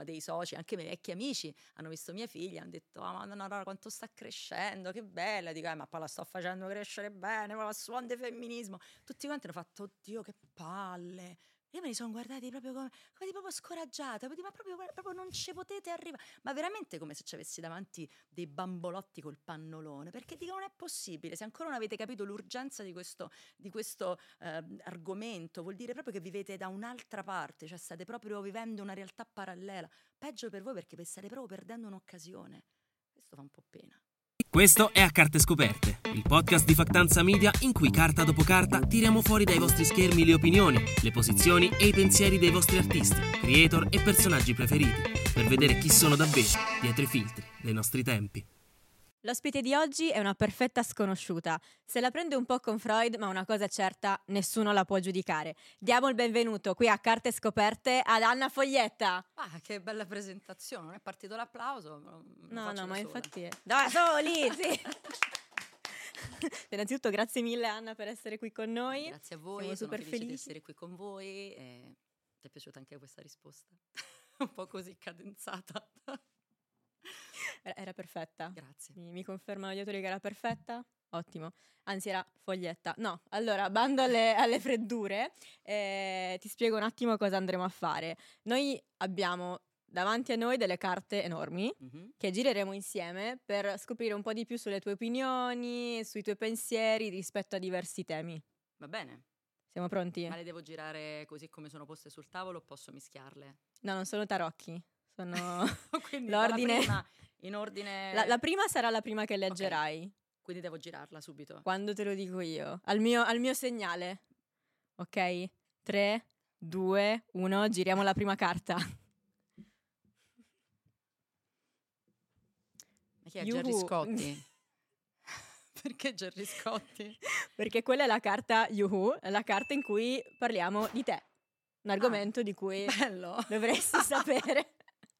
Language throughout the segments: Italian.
dei soci, anche i miei vecchi amici hanno visto mia figlia, hanno detto: "Ah, Madonna Aurora, quanto sta crescendo, che bella". Dico: ma poi la sto facendo crescere bene, ma la suon di femminismo". Tutti quanti hanno fatto: "Oddio, che palle". Io me li sono guardati proprio come proprio scoraggiata, ma proprio non ci potete arrivare, ma veramente come se ci avessi davanti dei bambolotti col pannolone, perché dico: non è possibile, se ancora non avete capito l'urgenza di questo argomento, vuol dire proprio che vivete da un'altra parte, cioè state proprio vivendo una realtà parallela. Peggio per voi, perché state proprio perdendo un'occasione. Questo fa un po' pena. Questo è A Carte Scoperte, il podcast di Factanza Media in cui carta dopo carta tiriamo fuori dai vostri schermi le opinioni, le posizioni e i pensieri dei vostri artisti, creator e personaggi preferiti, per vedere chi sono davvero dietro i filtri dei nostri tempi. L'ospite di oggi è una perfetta sconosciuta. Se la prende un po' con Freud, ma una cosa è certa, nessuno la può giudicare. Diamo il benvenuto qui a Carte Scoperte ad Anna Foglietta. Ah, che bella presentazione, non è partito l'applauso. Lo No, faccio ma da sola. infatti da soli, sì. Innanzitutto grazie mille Anna per essere qui con noi. Grazie a voi, Siamo sono super felice di felici. essere qui con voi. E ti è piaciuta anche questa risposta? Un po' così cadenzata. Era perfetta. Grazie. Mi confermano gli autori che era perfetta? Ottimo. Anzi, era Foglietta. No, allora, bando alle freddure. Ti spiego un attimo cosa andremo a fare. Noi abbiamo davanti a noi delle carte enormi Mhm. che gireremo insieme per scoprire un po' di più sulle tue opinioni, sui tuoi pensieri rispetto a diversi temi. Va bene. Siamo pronti? Ma le devo girare così come sono poste sul tavolo o posso mischiarle? No, non sono tarocchi. Sono Quindi l'ordine. dalla prima in ordine. La prima sarà la prima che leggerai. Quindi devo girarla subito. Quando te lo dico io, al mio segnale. Ok? 3, 2, 1, giriamo la prima carta. Ma chi è Gerry Yuhu. Scotti? Perché Gerry Scotti? Perché quella è la carta Yuhu, è la carta in cui parliamo di te. Un argomento di cui Bello. dovresti sapere.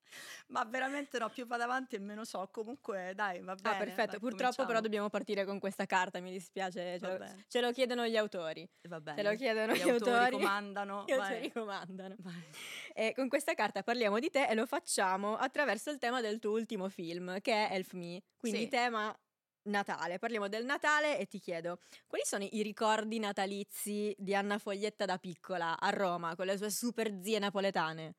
Ma veramente no, più vado avanti e meno so. Comunque dai, va bene. Perfetto. Dai, Purtroppo cominciamo. però dobbiamo partire con questa carta, mi dispiace. Va bene. Ce lo chiedono gli autori. Va bene. Ce lo chiedono Gli gli autori. comandano. Gli vai. autori comandano. Vai. E con questa carta parliamo di te e lo facciamo attraverso il tema del tuo ultimo film, che è Elf Me. Quindi Sì. tema Natale. Parliamo del Natale e ti chiedo, quali sono i ricordi natalizi di Anna Foglietta da piccola a Roma con le sue super zie napoletane?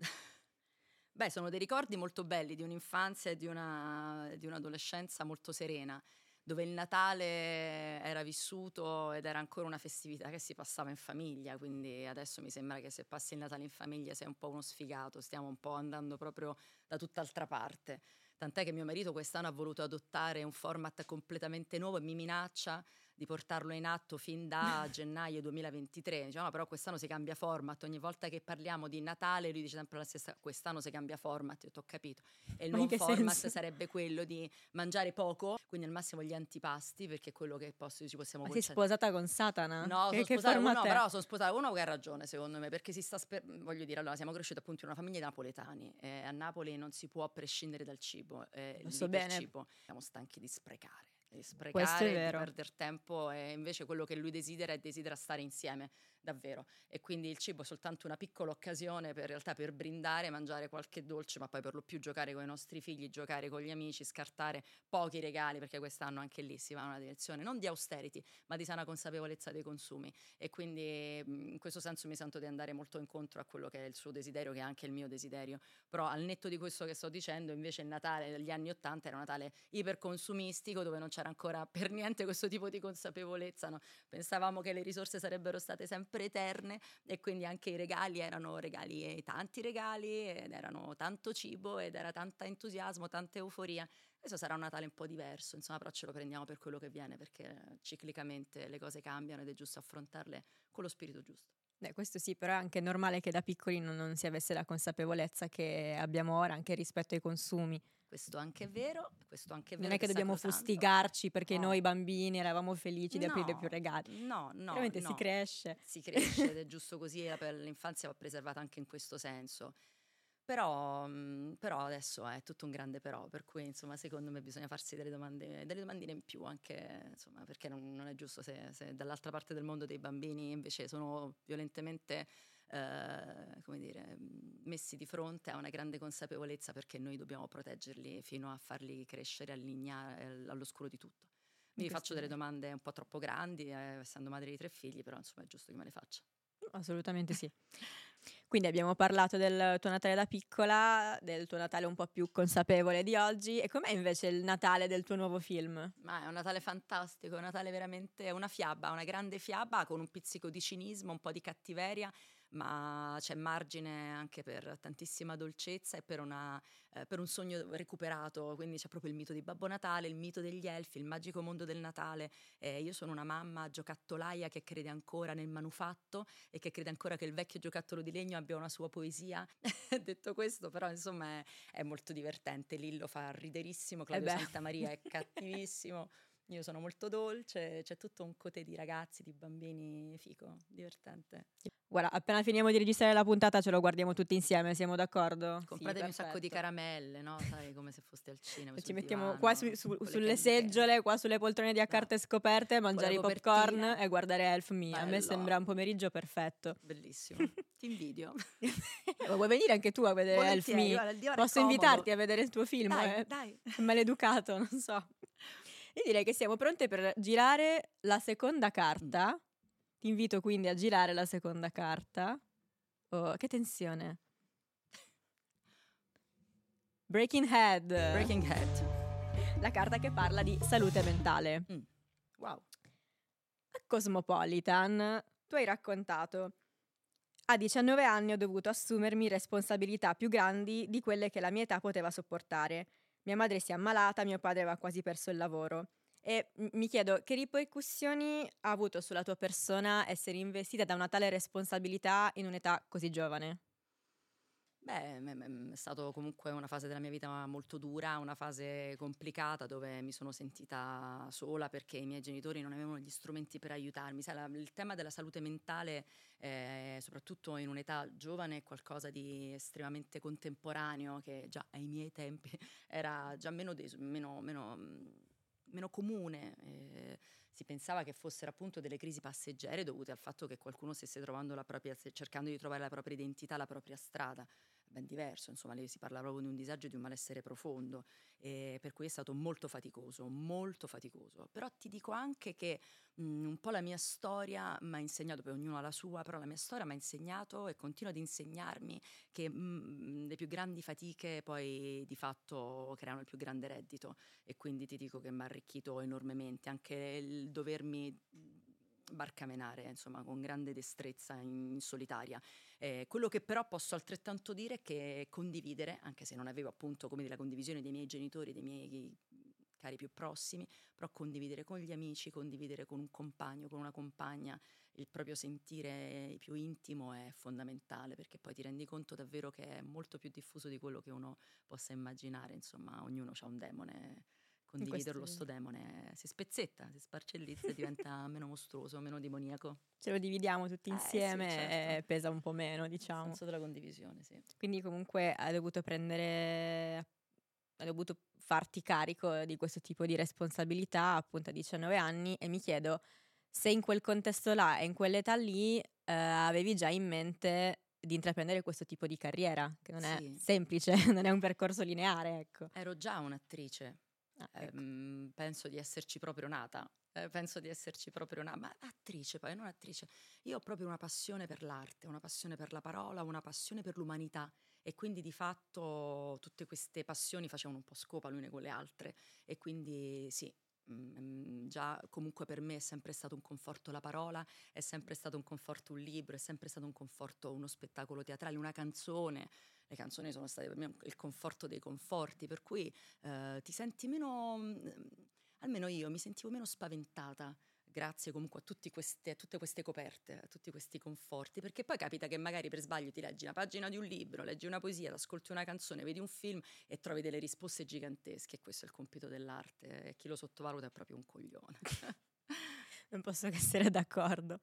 Beh, sono dei ricordi molto belli di un'infanzia e di un'adolescenza molto serena, dove il Natale era vissuto ed era ancora una festività che si passava in famiglia, quindi adesso mi sembra che se passi il Natale in famiglia sei un po' uno sfigato, stiamo un po' andando proprio da tutt'altra parte. Tant'è che mio marito quest'anno ha voluto adottare un format completamente nuovo e mi minaccia di portarlo in atto fin da gennaio 2023. Diciamo, però quest'anno si cambia format, ogni volta che parliamo di Natale lui dice sempre la stessa: quest'anno si cambia format. Io ho detto: ho capito. E il Ma in nuovo che format senso? sarebbe quello di mangiare poco, quindi al massimo gli antipasti, perché è quello che ci possiamo Ma sei concedere. sposata con Satana? No, Che sono sposata format uno, è? però sono sposata uno che ha ragione secondo me, perché voglio dire, allora siamo cresciuti appunto in una famiglia di napoletani, a Napoli non si può prescindere dal cibo, Lo lì so per bene. cibo siamo stanchi di sprecare, Questo è di vero. perdere tempo, e invece quello che lui desidera stare insieme, davvero. E quindi il cibo è soltanto una piccola occasione per, in realtà, per brindare, mangiare qualche dolce, ma poi per lo più giocare con i nostri figli, giocare con gli amici, scartare pochi regali, perché quest'anno anche lì si va in una direzione non di austerity, ma di sana consapevolezza dei consumi. E quindi in questo senso mi sento di andare molto incontro a quello che è il suo desiderio, che è anche il mio desiderio. Però al netto di questo che sto dicendo, invece il Natale degli anni '80 era un Natale iperconsumistico, dove non c'era ancora per niente questo tipo di consapevolezza, no? Pensavamo che le risorse sarebbero state sempre eterne, e quindi anche i regali erano regali, tanti regali, ed erano tanto cibo, ed era tanta entusiasmo, tanta euforia. Adesso sarà un Natale un po' diverso, insomma, però ce lo prendiamo per quello che viene, perché ciclicamente le cose cambiano ed è giusto affrontarle con lo spirito giusto. Questo sì, però è anche normale che da piccoli non si avesse la consapevolezza che abbiamo ora anche rispetto ai consumi. Questo anche è vero, Non è che dobbiamo sacrosanto. fustigarci perché No. noi bambini eravamo felici di aprire più No, regali. no, Veramente si no. cresce. Si cresce ed è giusto così, l'infanzia va preservata anche in questo senso. Però adesso è tutto un grande però, per cui insomma secondo me bisogna farsi delle domandine in più, anche insomma, perché non è giusto se dall'altra parte del mondo dei bambini invece sono violentemente come dire, messi di fronte a una grande consapevolezza, perché noi dobbiamo proteggerli fino a farli crescere all'oscuro di tutto. Mi faccio delle domande un po' troppo grandi, essendo madre di 3 figli, però insomma è giusto che me le faccia. Assolutamente sì. Quindi abbiamo parlato del tuo Natale da piccola, del tuo Natale un po' più consapevole di oggi, e com'è invece il Natale del tuo nuovo film? Ma è un Natale fantastico, è un Natale veramente, una fiaba, una grande fiaba con un pizzico di cinismo, un po' di cattiveria, ma c'è margine anche per tantissima dolcezza e per un sogno recuperato. Quindi c'è proprio il mito di Babbo Natale, il mito degli elfi, il magico mondo del Natale. Io sono una mamma giocattolaia che crede ancora nel manufatto e che crede ancora che il vecchio giocattolo di legno abbia una sua poesia. Detto questo, però insomma è molto divertente. Lillo fa riderissimo, Claudio Santamaria è cattivissimo. Io sono molto dolce, c'è tutto un coté di ragazzi, di bambini fico, divertente. Guarda, appena finiamo di registrare la puntata ce lo guardiamo tutti insieme, siamo d'accordo? Compratevi un sacco di caramelle, no? Sai, come se foste al cinema. Ci mettiamo qua sulle seggiole, qua sulle poltrone di A Carte Scoperte, mangiare i popcorn e guardare Elf Me. A me sembra un pomeriggio perfetto. Bellissimo, ti invidio. Vuoi venire anche tu a vedere Elf Me? Guarda, posso invitarti a vedere il tuo film? Dai. Maleducato, non so. Io direi che siamo pronte per girare la seconda carta. Ti invito quindi a girare la seconda carta. Oh, che tensione. Breaking Head. La carta che parla di salute mentale. Wow. A Cosmopolitan tu hai raccontato: a 19 anni ho dovuto assumermi responsabilità più grandi di quelle che la mia età poteva sopportare. Mia madre si è ammalata, mio padre aveva quasi perso il lavoro. E mi chiedo, che ripercussioni ha avuto sulla tua persona essere investita da una tale responsabilità in un'età così giovane? Beh, è stato comunque una fase della mia vita molto dura, una fase complicata dove mi sono sentita sola perché i miei genitori non avevano gli strumenti per aiutarmi. Sai, il tema della salute mentale, soprattutto in un'età giovane, è qualcosa di estremamente contemporaneo, che già ai miei tempi era già meno comune. Si pensava che fossero appunto delle crisi passeggere dovute al fatto che qualcuno stesse cercando di trovare la propria identità, la propria strada. Ben diverso, insomma, lì si parla proprio di un disagio e di un malessere profondo, per cui è stato molto faticoso, però ti dico anche che un po' la mia storia mi ha insegnato, poi ognuno ha la sua, però la mia storia mi ha insegnato e continua ad insegnarmi che le più grandi fatiche poi di fatto creano il più grande reddito, e quindi ti dico che mi ha arricchito enormemente anche il dovermi barcamenare, insomma, con grande destrezza in solitaria. Quello che però posso altrettanto dire è che condividere, anche se non avevo appunto come la condivisione dei miei genitori, dei miei cari più prossimi, però condividere con gli amici, condividere con un compagno, con una compagna, il proprio sentire più intimo è fondamentale, perché poi ti rendi conto davvero che è molto più diffuso di quello che uno possa immaginare. Insomma, ognuno ha un demone. Condividerlo, sto demone si spezzetta, si sparcellizza e diventa meno mostruoso, meno demoniaco. Ce lo dividiamo tutti insieme, sì, certo. E pesa un po' meno, diciamo. Il senso della condivisione, sì. Quindi comunque hai dovuto farti carico di questo tipo di responsabilità appunto a 19 anni, e mi chiedo se in quel contesto là e in quell'età lì avevi già in mente di intraprendere questo tipo di carriera, che non è semplice, non è un percorso lineare, ecco. Ero già un'attrice. Ecco. Penso di esserci proprio nata, ma attrice poi, non attrice. Io ho proprio una passione per l'arte, una passione per la parola, una passione per l'umanità, e quindi di fatto tutte queste passioni facevano un po' scopa l'une con le altre, e quindi sì. Già comunque per me è sempre stato un conforto la parola, è sempre stato un conforto un libro, è sempre stato un conforto uno spettacolo teatrale, una canzone. Le canzoni sono state per me il conforto dei conforti, per cui ti senti meno, almeno io mi sentivo meno spaventata grazie comunque a tutte queste coperte, a tutti questi conforti, perché poi capita che magari per sbaglio ti leggi una pagina di un libro, leggi una poesia, ti ascolti una canzone, vedi un film e trovi delle risposte gigantesche, e questo è il compito dell'arte, e chi lo sottovaluta è proprio un coglione. Non posso che essere d'accordo.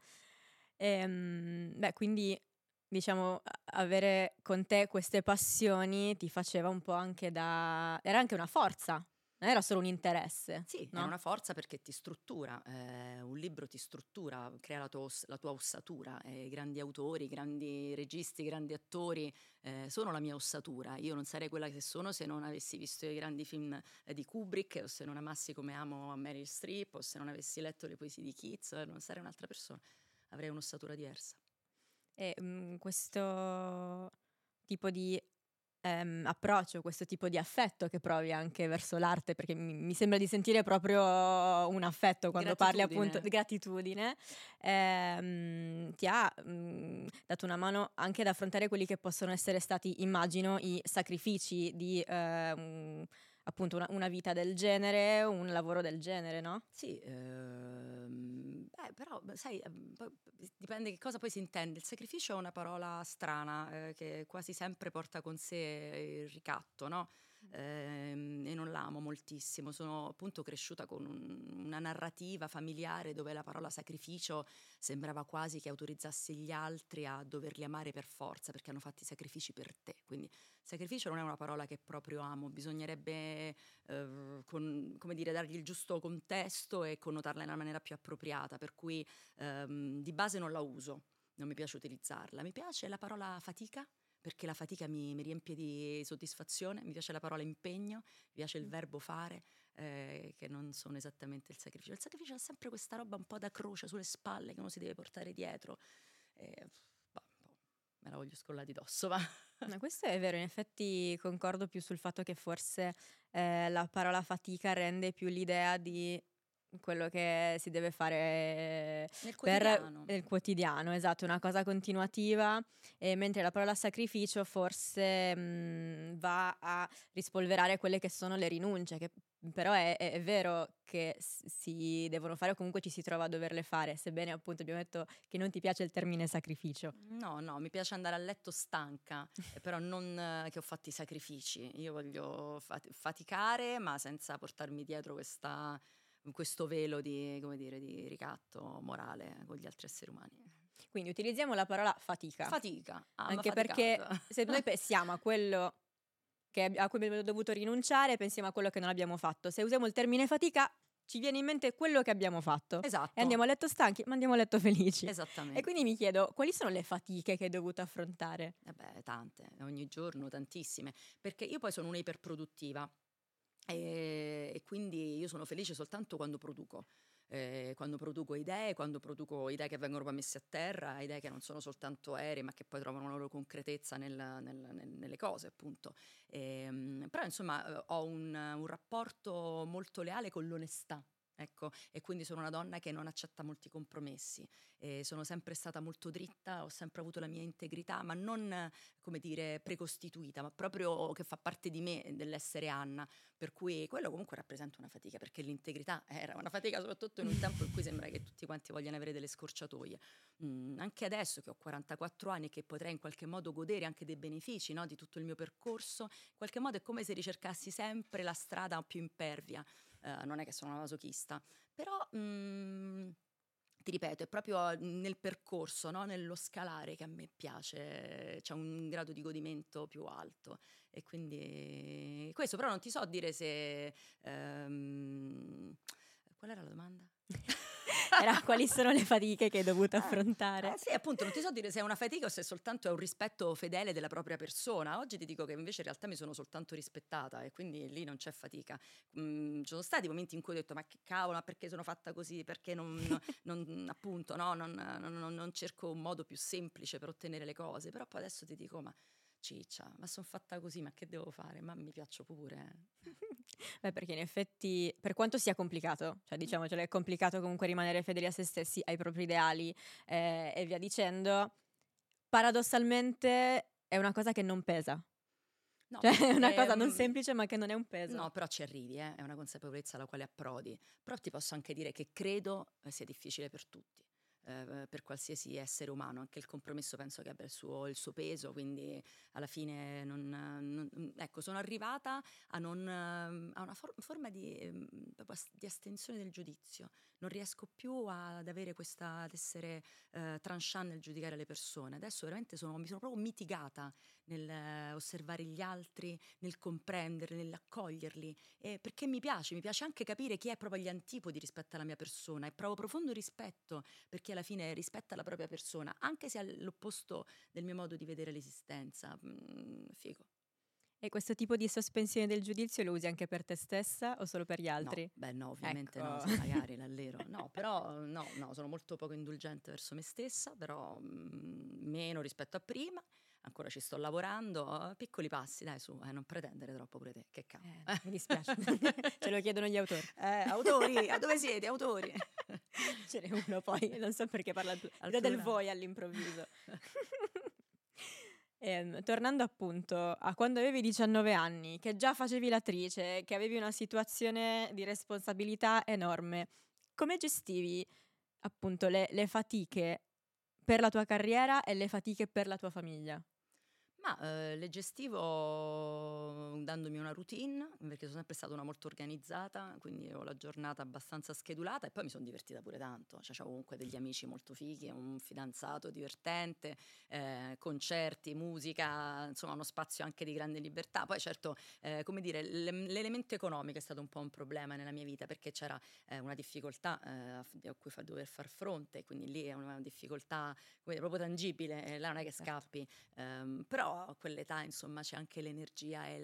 Quindi diciamo avere con te queste passioni ti faceva un po' anche era anche una forza non era solo un interesse, Sì, no? è una forza perché ti struttura, un libro ti struttura, crea la tua ossatura, i grandi autori, i grandi registi, i grandi attori sono la mia ossatura. Io non sarei quella che sono se non avessi visto i grandi film di Kubrick, o se non amassi come amo Meryl Streep, o se non avessi letto le poesie di Keats, non sarei un'altra persona, avrei un'ossatura diversa. E questo tipo di approccio, questo tipo di affetto che provi anche verso l'arte, perché mi sembra di sentire proprio un affetto quando parli appunto di gratitudine, ti ha dato una mano anche ad affrontare quelli che possono essere stati, immagino, i sacrifici di appunto una vita del genere, un lavoro del genere, no? Sì, però sai, poi dipende che cosa poi si intende. Il sacrificio è una parola strana, che quasi sempre porta con sé il ricatto, no? E non l'amo moltissimo. Sono appunto cresciuta con una narrativa familiare dove la parola sacrificio sembrava quasi che autorizzasse gli altri a doverli amare per forza perché hanno fatto i sacrifici per te. Quindi sacrificio non è una parola che proprio amo, bisognerebbe come dire, dargli il giusto contesto e connotarla nella maniera più appropriata, per cui di base non la uso, non mi piace utilizzarla. Mi piace la parola fatica, perché la fatica mi riempie di soddisfazione, mi piace la parola impegno, mi piace il verbo fare, che non sono esattamente il sacrificio. Il sacrificio è sempre questa roba un po' da croce sulle spalle che uno si deve portare dietro. Me la voglio scollare di dosso, va. No, questo è vero, in effetti concordo più sul fatto che forse la parola fatica rende più l'idea di quello che si deve fare Nel per quotidiano. il quotidiano, esatto, una cosa continuativa, mentre la parola sacrificio forse va a rispolverare quelle che sono le rinunce, che però è vero che si devono fare o comunque ci si trova a doverle fare, sebbene appunto abbiamo detto che non ti piace il termine sacrificio. No, mi piace andare a letto stanca, però non che ho fatto i sacrifici. Io voglio faticare, ma senza portarmi dietro questo velo di, come dire, di ricatto morale con gli altri esseri umani. Quindi utilizziamo la parola fatica. Fatica, anche perché se noi pensiamo a quello a cui abbiamo dovuto rinunciare, pensiamo a quello che non abbiamo fatto. Se usiamo il termine fatica, ci viene in mente quello che abbiamo fatto. Esatto. E andiamo a letto stanchi, ma andiamo a letto felici. Esattamente. E quindi mi chiedo, quali sono le fatiche che hai dovuto affrontare? Tante, ogni giorno tantissime, perché io poi sono un'iperproduttiva e quindi io sono felice soltanto quando produco idee, quando produco idee che vengono poi messe a terra, idee che non sono soltanto aeree ma che poi trovano la loro concretezza nelle cose, appunto. Però insomma ho un rapporto molto leale con l'onestà. Ecco, e quindi sono una donna che non accetta molti compromessi, sono sempre stata molto dritta, ho sempre avuto la mia integrità, ma non, come dire, precostituita, ma proprio che fa parte di me, dell'essere Anna, per cui quello comunque rappresenta una fatica, perché l'integrità era una fatica soprattutto in un tempo in cui sembra che tutti quanti vogliano avere delle scorciatoie. Anche adesso che ho 44 anni e che potrei in qualche modo godere anche dei benefici, no, di tutto il mio percorso, in qualche modo è come se ricercassi sempre la strada più impervia. Non è che sono una masochista, però ti ripeto, è proprio nel percorso, no? Nello scalare che a me piace, c'è un grado di godimento più alto e quindi questo, però non ti so dire se... qual era la domanda? Era quali sono le fatiche che hai dovuto affrontare? Sì, appunto, non ti so dire se è una fatica o se soltanto è un rispetto fedele della propria persona. Oggi ti dico che invece in realtà mi sono soltanto rispettata e quindi lì non c'è fatica. Ci sono stati momenti in cui ho detto ma che cavolo, ma perché sono fatta così? Perché appunto, no, non cerco un modo più semplice per ottenere le cose. Però poi adesso ti dico ma ciccia, ma sono fatta così, ma che devo fare? Ma mi piaccio pure. Beh, perché in effetti, per quanto sia complicato, cioè diciamocelo, è complicato comunque rimanere fedeli a se stessi, ai propri ideali e via dicendo, paradossalmente è una cosa che non pesa. No, cioè è una cosa non semplice ma che non è un peso. No, però ci arrivi, è una consapevolezza alla quale approdi. Però ti posso anche dire che credo sia difficile per tutti. Per qualsiasi essere umano, anche il compromesso penso che abbia il suo peso, quindi alla fine ecco, sono arrivata a una forma di astensione del giudizio, non riesco più ad avere ad essere tranchant nel giudicare le persone, adesso veramente mi sono proprio mitigata nel osservare gli altri, nel comprenderli, nell'accoglierli, perché mi piace anche capire chi è proprio agli antipodi rispetto alla mia persona e provo profondo rispetto perché alla fine rispetta la propria persona, anche se è all'opposto del mio modo di vedere l'esistenza. Figo. E questo tipo di sospensione del giudizio lo usi anche per te stessa o solo per gli altri? No, beh no, ovviamente no, Ecco. se magari l'allero. No, però no, sono molto poco indulgente verso me stessa, però meno rispetto a prima. Ancora ci sto lavorando, piccoli passi, dai su, non pretendere troppo pure te, che cavolo. Mi dispiace, ce lo chiedono gli autori. Autori, dove siete, autori? Ce n'è uno poi, non so perché parla del voi all'improvviso. Tornando appunto a quando avevi 19 anni, che già facevi l'attrice, che avevi una situazione di responsabilità enorme, come gestivi appunto le fatiche per la tua carriera e le fatiche per la tua famiglia? Ma le gestivo dandomi una routine, perché sono sempre stata una molto organizzata, quindi ho la giornata abbastanza schedulata e poi mi sono divertita pure tanto, cioè avevo comunque degli amici molto fighi, un fidanzato divertente, concerti, musica, insomma uno spazio anche di grande libertà. Poi certo, come dire, l'elemento economico è stato un po' un problema nella mia vita perché c'era una difficoltà a cui dover far fronte, quindi lì è una difficoltà proprio tangibile, là non è che scappi. Però a quell'età insomma c'è anche l'energia e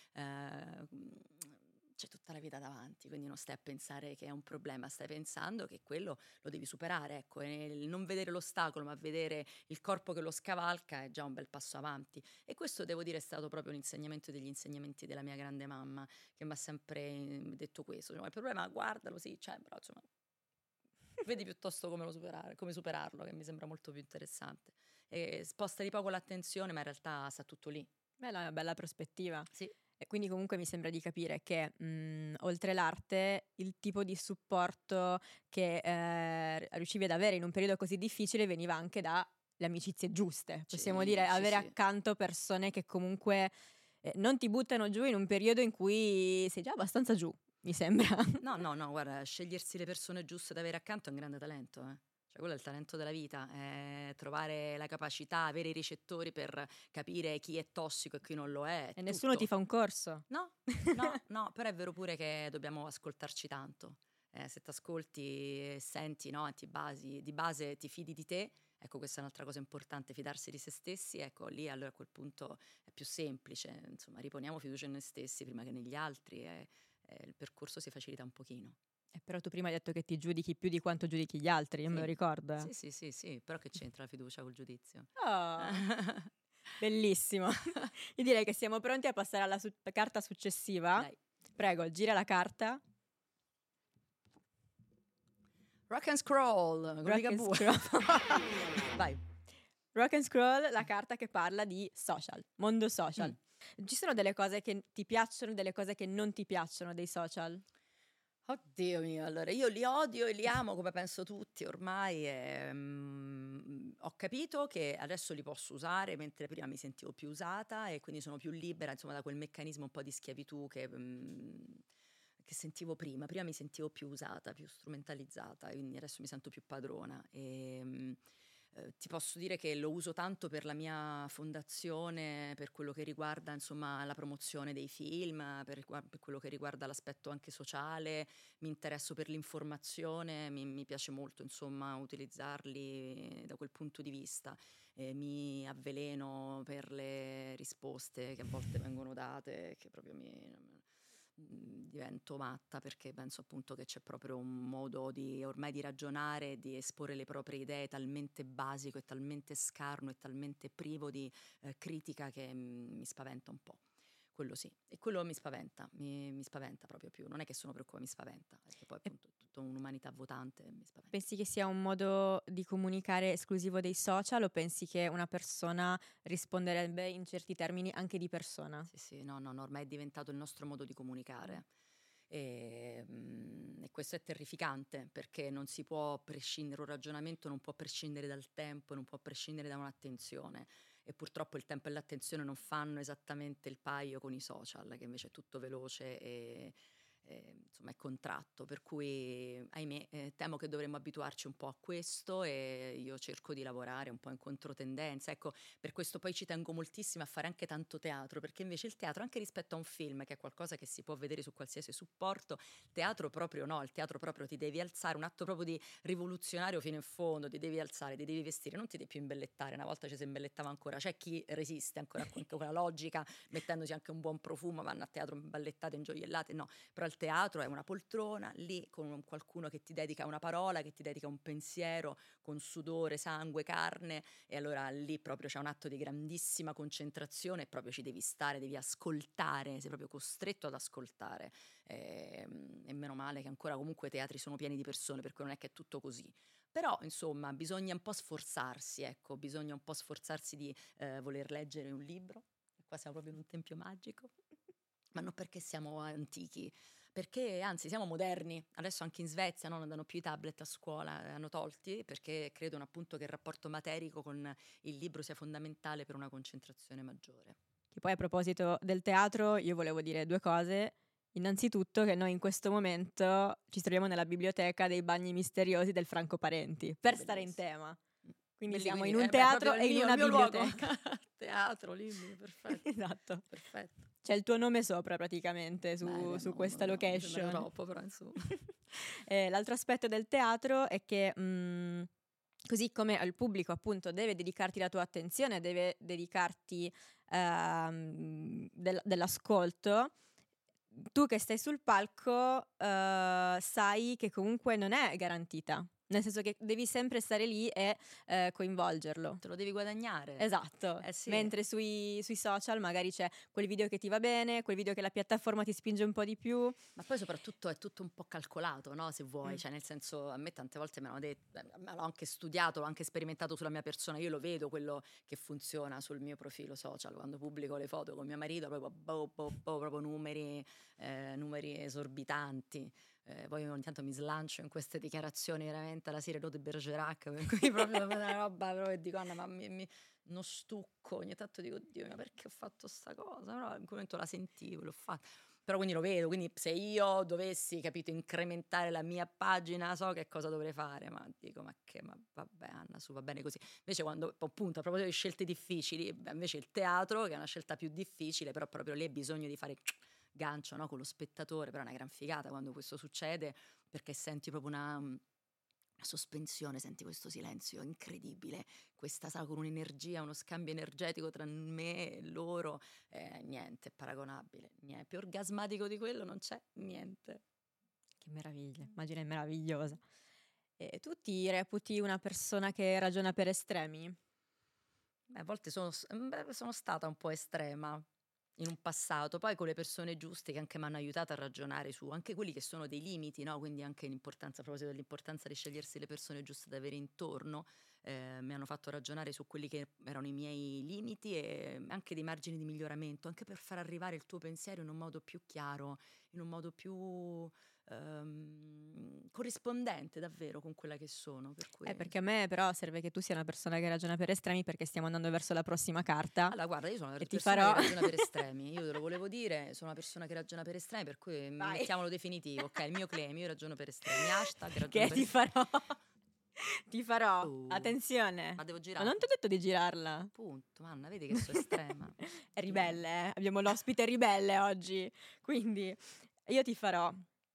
c'è tutta la vita davanti, quindi non stai a pensare che è un problema, stai pensando che quello lo devi superare, ecco, e il non vedere l'ostacolo ma vedere il corpo che lo scavalca è già un bel passo avanti. E questo devo dire è stato proprio un insegnamento degli insegnamenti della mia grande mamma, che mi ha sempre detto questo, cioè, il problema guardalo, sì, c'è, però insomma vedi piuttosto come superarlo, che mi sembra molto più interessante. E sposta di poco l'attenzione, ma in realtà sta tutto lì. Bella, una bella prospettiva. Sì. E quindi comunque mi sembra di capire che oltre l'arte il tipo di supporto che riuscivi ad avere in un periodo così difficile veniva anche dalle amicizie giuste. Possiamo Sì, dire sì, avere sì. accanto persone che comunque non ti buttano giù in un periodo in cui sei già abbastanza giù, mi sembra. No, guarda, scegliersi le persone giuste da avere accanto è un grande talento, Cioè, quello è il talento della vita, trovare la capacità, avere i ricettori per capire chi è tossico e chi non lo è E nessuno tutto. ti fa un corso. No, però è vero pure che dobbiamo ascoltarci tanto. Se ti ascolti e senti, no, di base ti fidi di te, ecco questa è un'altra cosa importante, fidarsi di se stessi, ecco lì allora a quel punto è più semplice, insomma riponiamo fiducia in noi stessi prima che negli altri e il percorso si facilita un pochino. Però tu prima hai detto che ti giudichi più di quanto giudichi gli altri, io me lo Sì. ricordo. Sì, però che c'entra la fiducia col giudizio? Oh, bellissimo. Io direi che siamo pronti a passare alla carta successiva. Dai. Prego, gira la carta. Rock and scroll, con Rock and Ligabue. scroll. Vai. Rock and scroll, la carta che parla di social, mondo social. Ci sono delle cose che ti piacciono, delle cose che non ti piacciono dei social? Oddio mio, allora io li odio e li amo come penso tutti ormai ho capito che adesso li posso usare mentre prima mi sentivo più usata e quindi sono più libera insomma da quel meccanismo un po' di schiavitù che sentivo prima mi sentivo più usata, più strumentalizzata, quindi adesso mi sento più padrona e ti posso dire che lo uso tanto per la mia fondazione, per quello che riguarda insomma la promozione dei film, per quello che riguarda l'aspetto anche sociale, mi interesso per l'informazione, mi piace molto insomma utilizzarli da quel punto di vista. Mi avveleno per le risposte che a volte vengono date, che proprio divento matta perché penso appunto che c'è proprio un modo ormai di ragionare, di esporre le proprie idee talmente basico e talmente scarno e talmente privo di critica che mi spaventa un po'. Quello sì, e quello mi spaventa proprio più, non è che sono preoccupata, mi spaventa, perché poi appunto è tutta un'umanità votante, mi spaventa. Pensi che sia un modo di comunicare esclusivo dei social o pensi che una persona risponderebbe in certi termini anche di persona? Sì, no, ormai è diventato il nostro modo di comunicare. E questo è terrificante perché non si può prescindere, un ragionamento non può prescindere dal tempo, non può prescindere da un'attenzione e purtroppo il tempo e l'attenzione non fanno esattamente il paio con i social, che invece è tutto veloce e insomma è contratto, per cui ahimè temo che dovremmo abituarci un po' a questo, e io cerco di lavorare un po' in controtendenza. Ecco, per questo poi ci tengo moltissimo a fare anche tanto teatro, perché invece il teatro, anche rispetto a un film, che è qualcosa che si può vedere su qualsiasi supporto, teatro proprio no, il teatro proprio ti devi alzare, un atto proprio di rivoluzionario fino in fondo, ti devi alzare, ti devi vestire, non ti devi più imbellettare. Una volta ci si imbellettava ancora, c'è chi resiste ancora con quella logica, mettendosi anche un buon profumo, vanno a teatro imbellettate, ingioiellate, no, però il teatro è una poltrona lì con qualcuno che ti dedica una parola, che ti dedica un pensiero, con sudore, sangue, carne, e allora lì proprio c'è un atto di grandissima concentrazione, e proprio ci devi stare, devi ascoltare, sei proprio costretto ad ascoltare, e meno male che ancora comunque i teatri sono pieni di persone, per cui non è che è tutto così. Però insomma bisogna un po' sforzarsi, ecco, bisogna un po' sforzarsi di voler leggere un libro. Qua siamo proprio in un tempio magico, ma non perché siamo antichi, perché anzi siamo moderni. Adesso anche in Svezia, no, non danno più i tablet a scuola, hanno tolti, perché credono appunto che il rapporto materico con il libro sia fondamentale per una concentrazione maggiore. Che poi a proposito del teatro io volevo dire 2 cose. Innanzitutto che noi in questo momento ci troviamo nella biblioteca dei Bagni Misteriosi del Franco Parenti, per stare in tema. Quindi siamo in un teatro e in una biblioteca. Teatro, libri, perfetto. Esatto. Perfetto. C'è il tuo nome sopra praticamente su questa location. Non troppo, però insomma. L'altro aspetto del teatro è che così come il pubblico appunto deve dedicarti la tua attenzione, deve dedicarti dell'ascolto, tu che stai sul palco sai che comunque non è garantita. Nel senso che devi sempre stare lì e coinvolgerlo. Te lo devi guadagnare. Esatto. Sì. Mentre sui social magari c'è quel video che ti va bene, quel video che la piattaforma ti spinge un po' di più. Ma poi soprattutto è tutto un po' calcolato, no? Se vuoi, cioè nel senso, a me tante volte me l'hanno detto, l'ho anche studiato, l'ho anche sperimentato sulla mia persona, io lo vedo quello che funziona sul mio profilo social, quando pubblico le foto con mio marito, proprio proprio numeri esorbitanti. Poi ogni tanto mi slancio in queste dichiarazioni veramente alla Cyrano de Bergerac, per cui proprio una roba proprio dico, Anna, ma non stucco, ogni tanto dico, Dio, ma perché ho fatto sta cosa? Però in quel momento la sentivo, l'ho fatta. Però quindi lo vedo, quindi se io dovessi, capito, incrementare la mia pagina, so che cosa dovrei fare, ma dico, ma vabbè Anna, su, va bene così. Invece quando, appunto, a proposito di scelte difficili, invece il teatro, che è una scelta più difficile, però proprio lì hai bisogno di fare gancio, no, con lo spettatore, però è una gran figata quando questo succede, perché senti proprio una sospensione, senti questo silenzio incredibile, questa sa con un'energia, uno scambio energetico tra me e loro, niente, è paragonabile, niente, più orgasmatico di quello non c'è niente. Che meraviglia, immagine meravigliosa. E tu ti reputi una persona che ragiona per estremi? A volte sono stata un po' estrema in un passato, poi con le persone giuste che anche mi hanno aiutato a ragionare su anche quelli che sono dei limiti, no? Quindi anche l'importanza, a proposito dell'importanza di scegliersi le persone giuste da avere intorno, mi hanno fatto ragionare su quelli che erano i miei limiti e anche dei margini di miglioramento, anche per far arrivare il tuo pensiero in un modo più chiaro, in un modo più corrispondente davvero con quella che sono, per cui... Perché a me però serve che tu sia una persona che ragiona per estremi, perché stiamo andando verso la prossima carta. Allora guarda, io sono una e persona che ragiona per estremi, io te lo volevo dire, sono una persona che ragiona per estremi, per cui mettiamolo definitivo, ok, il mio claim, io ragiono per estremi, hashtag che ti farò, attenzione, ma devo girare, ma non ti ho detto di girarla, appunto, Anna, vedi che sono estrema. È ribelle, abbiamo l'ospite ribelle oggi, quindi io ti farò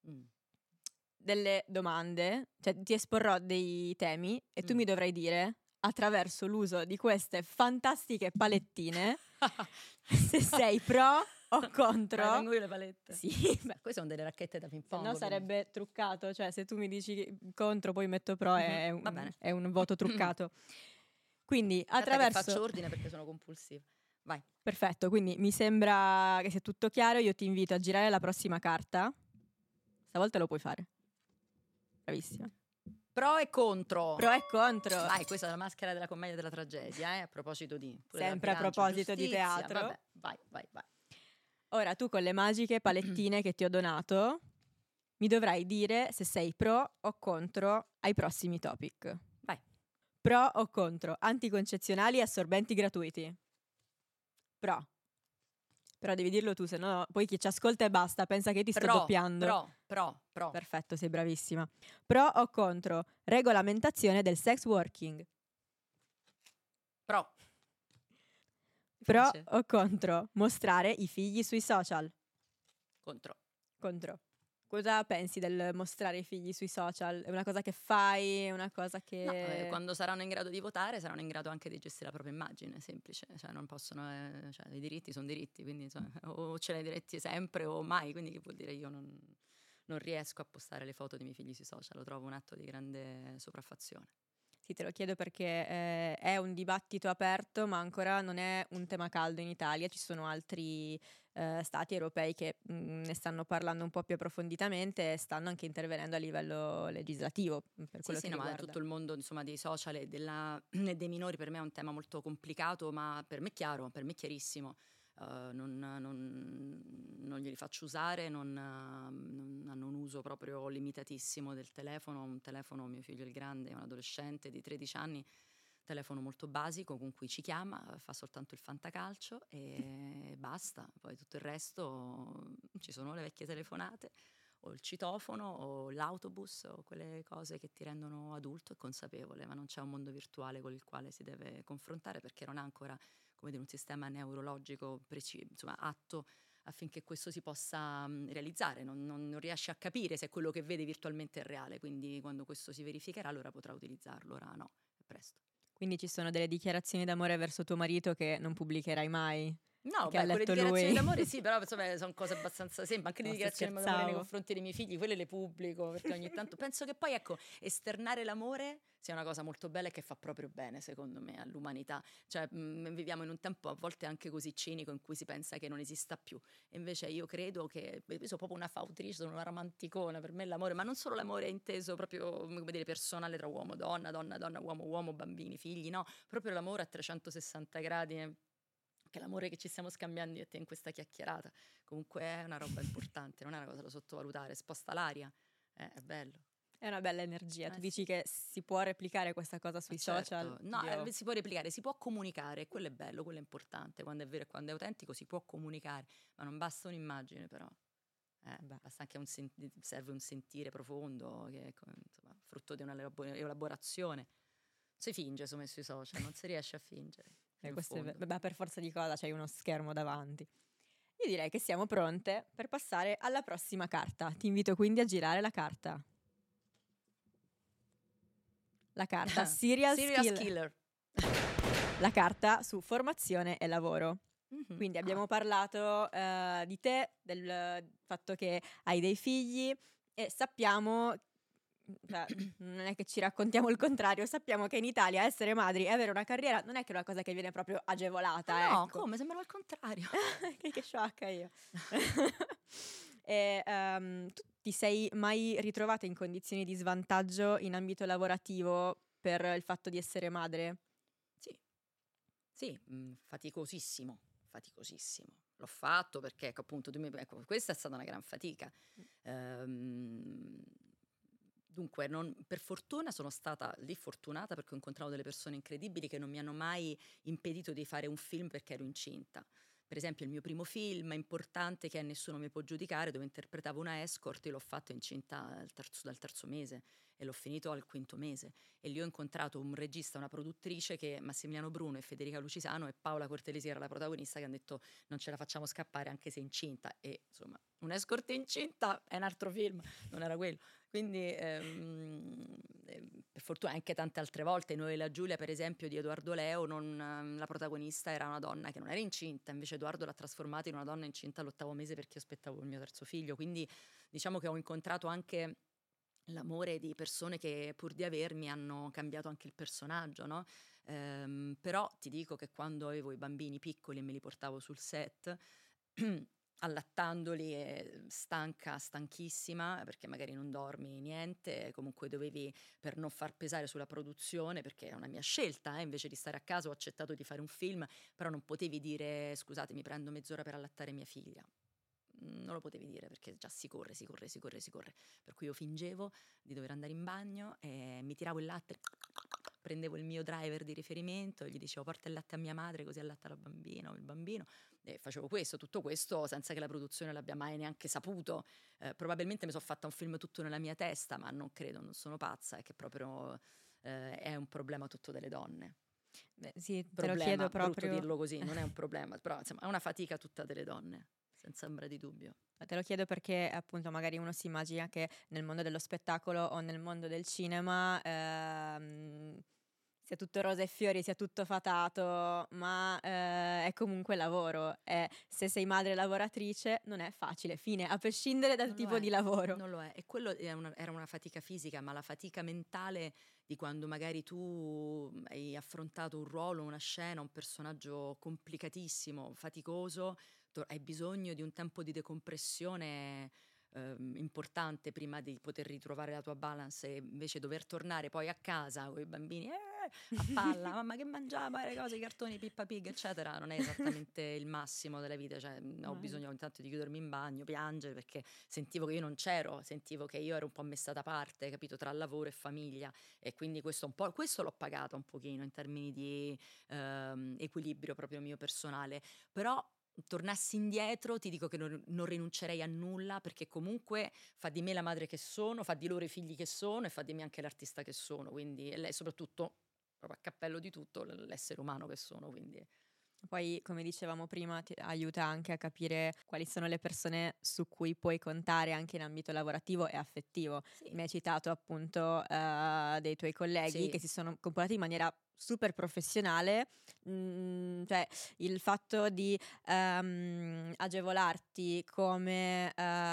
delle domande, cioè ti esporrò dei temi e tu mi dovrai dire, attraverso l'uso di queste fantastiche palettine, se sei pro o contro. Ma tengo io le palette? Sì. Queste sono delle racchette da ping pong. No, sarebbe truccato, cioè se tu mi dici contro poi metto pro è un voto truccato. Quindi attraverso... Che faccio ordine perché sono compulsiva. Vai. Perfetto, quindi mi sembra che sia tutto chiaro, io ti invito a girare la prossima carta. Stavolta lo puoi fare. Bravissima. Pro e contro. Pro e contro. Vai, questa è la maschera della commedia della tragedia, a proposito di... Sempre a proposito di teatro. Vabbè, vai. Ora tu con le magiche palettine che ti ho donato mi dovrai dire se sei pro o contro ai prossimi topic. Vai. Pro o contro anticoncezionali e assorbenti gratuiti? Pro. Però devi dirlo tu, se no poi chi ci ascolta e basta pensa che ti sto Pro, doppiando. pro. Perfetto, sei bravissima. Pro o contro regolamentazione del sex working? Pro. Pro Facile. o contro mostrare i figli sui social? Contro. Contro. Cosa pensi del mostrare i figli sui social? È una cosa che fai? È una cosa che... No, quando saranno in grado di votare saranno in grado anche di gestire la propria immagine, semplice, cioè non possono, cioè i diritti sono diritti, quindi insomma, o ce l'hai diretti sempre o mai, quindi che vuol dire io non riesco a postare le foto dei miei figli sui social, lo trovo un atto di grande sopraffazione. Sì, te lo chiedo perché è un dibattito aperto, ma ancora non è un tema caldo in Italia. Ci sono altri stati europei che ne stanno parlando un po' più approfonditamente e stanno anche intervenendo a livello legislativo per quello che No, ma riguarda. tutto il mondo insomma dei social e e dei minori per me è un tema molto complicato, ma per me è chiaro, per me è chiarissimo. Non glieli faccio usare, non hanno un uso proprio limitatissimo del telefono. Un telefono, mio figlio il grande è un adolescente di 13 anni, telefono molto basico con cui ci chiama, fa soltanto il fantacalcio e basta. Poi tutto il resto ci sono le vecchie telefonate o il citofono o l'autobus o quelle cose che ti rendono adulto e consapevole, ma non c'è un mondo virtuale con il quale si deve confrontare perché non ha ancora, come dire, un sistema neurologico insomma, atto affinché questo si possa realizzare. Non riesce a capire se quello che vede virtualmente è reale, quindi quando questo si verificherà allora potrà utilizzarlo, ora no, è presto. Quindi ci sono delle dichiarazioni d'amore verso tuo marito che non pubblicherai mai? No, Che ha quelle letto dichiarazioni lui. d'amore sì, però insomma sono cose abbastanza semplici, anche le No, dichiarazioni d'amore nei scherzavo. confronti dei miei figli, quelle le pubblico perché ogni tanto penso che poi ecco, esternare l'amore sia una cosa molto bella e che fa proprio bene secondo me all'umanità, cioè viviamo in un tempo a volte anche così cinico in cui si pensa che non esista più e invece io credo che, io sono proprio una fautrice, sono una romanticona, per me l'amore, ma non solo l'amore inteso proprio come dire personale tra uomo, donna, donna, donna, uomo, uomo, bambini, figli, no, proprio l'amore a 360 gradi, che l'amore che ci stiamo scambiando io e te in questa chiacchierata comunque è una roba importante, non è una cosa da sottovalutare, sposta l'aria, è bello. È una bella energia. Tu Sì. dici che si può replicare questa cosa sui Certo. social? No, Io- si può replicare, si può comunicare, quello è bello, quello è importante, quando è vero e quando è autentico si può comunicare, ma non basta un'immagine però. Basta anche serve un sentire profondo che è insomma, frutto di un'elaborazione. Si finge sui social, non si riesce a fingere. questo beh, per forza di cosa c'hai uno schermo davanti. Io direi che siamo pronte per passare alla prossima carta. Ti invito quindi a girare la carta. La carta Serial Killer. La carta su formazione e lavoro. Mm-hmm. Quindi abbiamo parlato di te, del fatto che hai dei figli e sappiamo, cioè, non è che ci raccontiamo il contrario, sappiamo che in Italia essere madri e avere una carriera non è che è una cosa che viene proprio agevolata. No, ecco. come? Sembrava il contrario. che sciocca io. E, tu ti sei mai ritrovata in condizioni di svantaggio in ambito lavorativo per il fatto di essere madre? Sì, faticosissimo. L'ho fatto perché ecco, appunto ecco, questa è stata una gran fatica. Dunque, per fortuna sono stata lì fortunata perché ho incontrato delle persone incredibili che non mi hanno mai impedito di fare un film perché ero incinta. Per esempio il mio primo film importante che nessuno mi può giudicare, dove interpretavo una escort, io l'ho fatto incinta dal terzo mese e l'ho finito al quinto mese. E lì ho incontrato un regista, una produttrice che Massimiliano Bruno e Federica Lucisano e Paola Cortelesi era la protagonista, che hanno detto non ce la facciamo scappare anche se incinta. E insomma, un'escort incinta è un altro film, non era quello. Quindi per fortuna anche tante altre volte, Noi e la Giulia per esempio di Edoardo Leo, la protagonista era una donna che non era incinta, invece Edoardo l'ha trasformata in una donna incinta all'8° mese perché io aspettavo il mio terzo figlio, quindi diciamo che ho incontrato anche l'amore di persone che pur di avermi hanno cambiato anche il personaggio, no? Però ti dico che quando avevo i bambini piccoli e me li portavo sul set allattandoli, stanchissima, perché magari non dormi niente, comunque dovevi, per non far pesare sulla produzione, perché è una mia scelta, invece di stare a casa ho accettato di fare un film, però non potevi dire scusate mi prendo mezz'ora per allattare mia figlia. Non lo potevi dire perché già si corre, per cui io fingevo di dover andare in bagno e mi tiravo il latte prendevo il mio driver di riferimento e gli dicevo porta il latte a mia madre così allatta la bambina o il bambino, e facevo tutto questo senza che la produzione l'abbia mai neanche saputo. Probabilmente mi sono fatta un film tutto nella mia testa, ma non credo, non sono pazza, è che proprio è un problema tutto delle donne. Beh, sì, te Problema, lo chiedo brutto proprio. dirlo così, non è un problema, però insomma è una fatica tutta delle donne, senza ombra di dubbio. Te lo chiedo perché appunto magari uno si immagina che nel mondo dello spettacolo o nel mondo del cinema sia tutto rose e fiori, sia tutto fatato, ma è comunque lavoro. E se sei madre lavoratrice non è facile, fine, a prescindere dal Non lo tipo è, di lavoro. Non lo è, e quello era una fatica fisica, ma la fatica mentale di quando magari tu hai affrontato un ruolo, una scena, un personaggio complicatissimo, faticoso, hai bisogno di un tempo di decompressione importante prima di poter ritrovare la tua balance, e invece dover tornare poi a casa con i bambini a palla, mamma che mangiava, le cose, i cartoni, Pippa Pig eccetera, non è esattamente il massimo della vita, cioè ho bisogno ogni tanto di chiudermi in bagno, piangere, perché sentivo che io non c'ero, sentivo che io ero un po' messa da parte, capito, tra lavoro e famiglia, e quindi questo l'ho pagata un pochino in termini di equilibrio proprio mio personale. Però tornassi indietro ti dico che non rinuncerei a nulla, perché comunque fa di me la madre che sono, fa di loro i figli che sono e fa di me anche l'artista che sono, quindi, e lei soprattutto, proprio a cappello di tutto, l'essere umano che sono, quindi Poi, come dicevamo prima, ti aiuta anche a capire quali sono le persone su cui puoi contare anche in ambito lavorativo e affettivo. sì. Mi hai citato appunto dei tuoi colleghi Sì. che si sono comportati in maniera super professionale, cioè il fatto di agevolarti come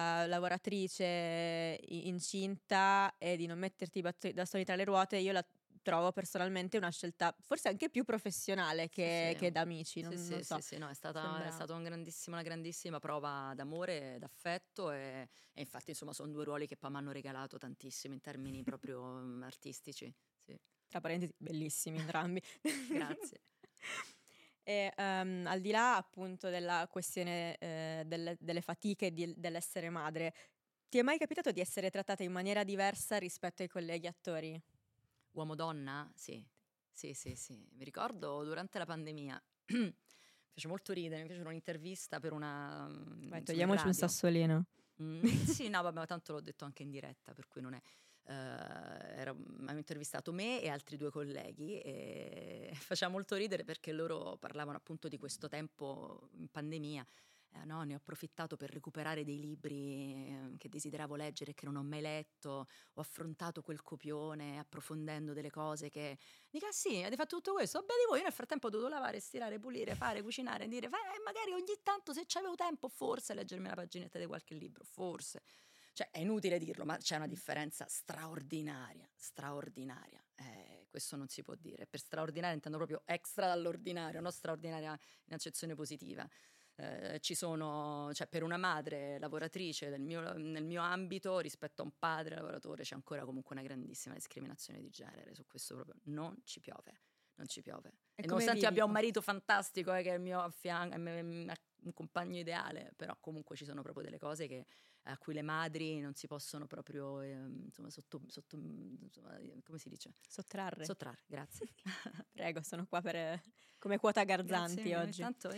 lavoratrice incinta e di non metterti i bastoni tra le ruote, io la trovo personalmente una scelta forse anche più professionale che Sì. da amici, non so. Sì, no, è Sembra stata una grandissima prova d'amore, d'affetto, e infatti insomma sono due ruoli che poi mi hanno regalato tantissimo in termini proprio artistici. Sì. tra parentesi bellissimi entrambi. Grazie. E al di là appunto della questione delle fatiche dell'essere madre, ti è mai capitato di essere trattata in maniera diversa rispetto ai colleghi attori? Uomo-donna? Sì. Mi ricordo durante la pandemia, mi fece molto ridere, mi fecero un'intervista per una Vai, insomma, in togliamoci un radio. sassolino. Sì, no, vabbè, ma tanto l'ho detto anche in diretta, per cui non è. Hanno intervistato me e altri due colleghi e faceva molto ridere perché loro parlavano appunto di questo tempo in pandemia. No, ne ho approfittato per recuperare dei libri che desideravo leggere e che non ho mai letto. Ho affrontato quel copione approfondendo delle cose che dica sì, avete fatto tutto questo, vabbè di voi. Io nel frattempo ho dovuto lavare, stirare, pulire, fare, cucinare, dire magari ogni tanto se c'avevo tempo forse leggermi una paginetta di qualche libro, forse. Cioè è inutile dirlo, ma c'è una differenza straordinaria. Questo non si può dire. Per straordinaria intendo proprio extra dall'ordinario, non straordinaria in accezione positiva. Ci sono, cioè per una madre lavoratrice nel mio ambito rispetto a un padre lavoratore c'è ancora comunque una grandissima discriminazione di genere, su questo proprio non ci piove. E nonostante io abbia un marito fantastico che è il mio un compagno ideale, però comunque ci sono proprio delle cose a cui le madri non si possono proprio insomma, insomma, come si dice? Sottrarre. Grazie. Prego, sono qua come quota Garzanti Grazie, oggi. Tanto,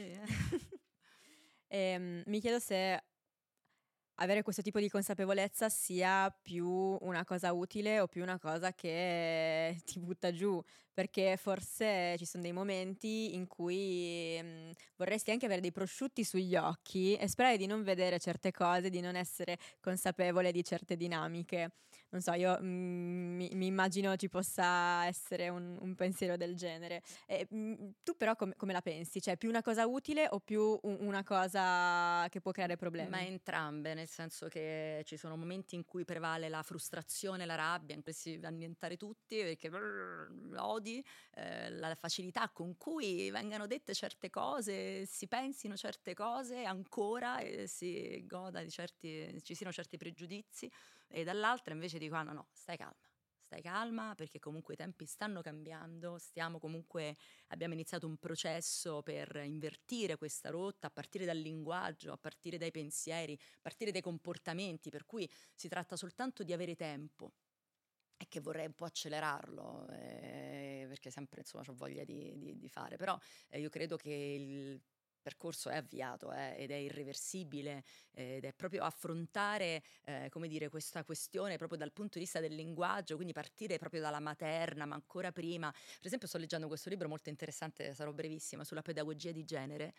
mi chiedo se avere questo tipo di consapevolezza sia più una cosa utile o più una cosa che ti butta giù, perché forse ci sono dei momenti in cui vorresti anche avere dei prosciutti sugli occhi e sperare di non vedere certe cose, di non essere consapevole di certe dinamiche. Non so, io mi immagino ci possa essere un pensiero del genere. Tu però come la pensi? Cioè, più una cosa utile o più una cosa che può creare problemi? Ma entrambe, nel senso che ci sono momenti in cui prevale la frustrazione, la rabbia, in cui si va a annientare tutti perché odi, la facilità con cui vengano dette certe cose, si pensino certe cose ancora e si goda ci siano certi pregiudizi, e dall'altra invece dico no, stai calma perché comunque i tempi stanno cambiando, abbiamo iniziato un processo per invertire questa rotta a partire dal linguaggio, a partire dai pensieri, a partire dai comportamenti, per cui si tratta soltanto di avere tempo. è che vorrei un po' accelerarlo, perché sempre insomma ho voglia di fare, però io credo che il percorso è avviato ed è irreversibile, ed è proprio affrontare, come dire, questa questione proprio dal punto di vista del linguaggio, quindi partire proprio dalla materna, ma ancora prima. Per esempio sto leggendo questo libro molto interessante, sarò brevissima, sulla pedagogia di genere,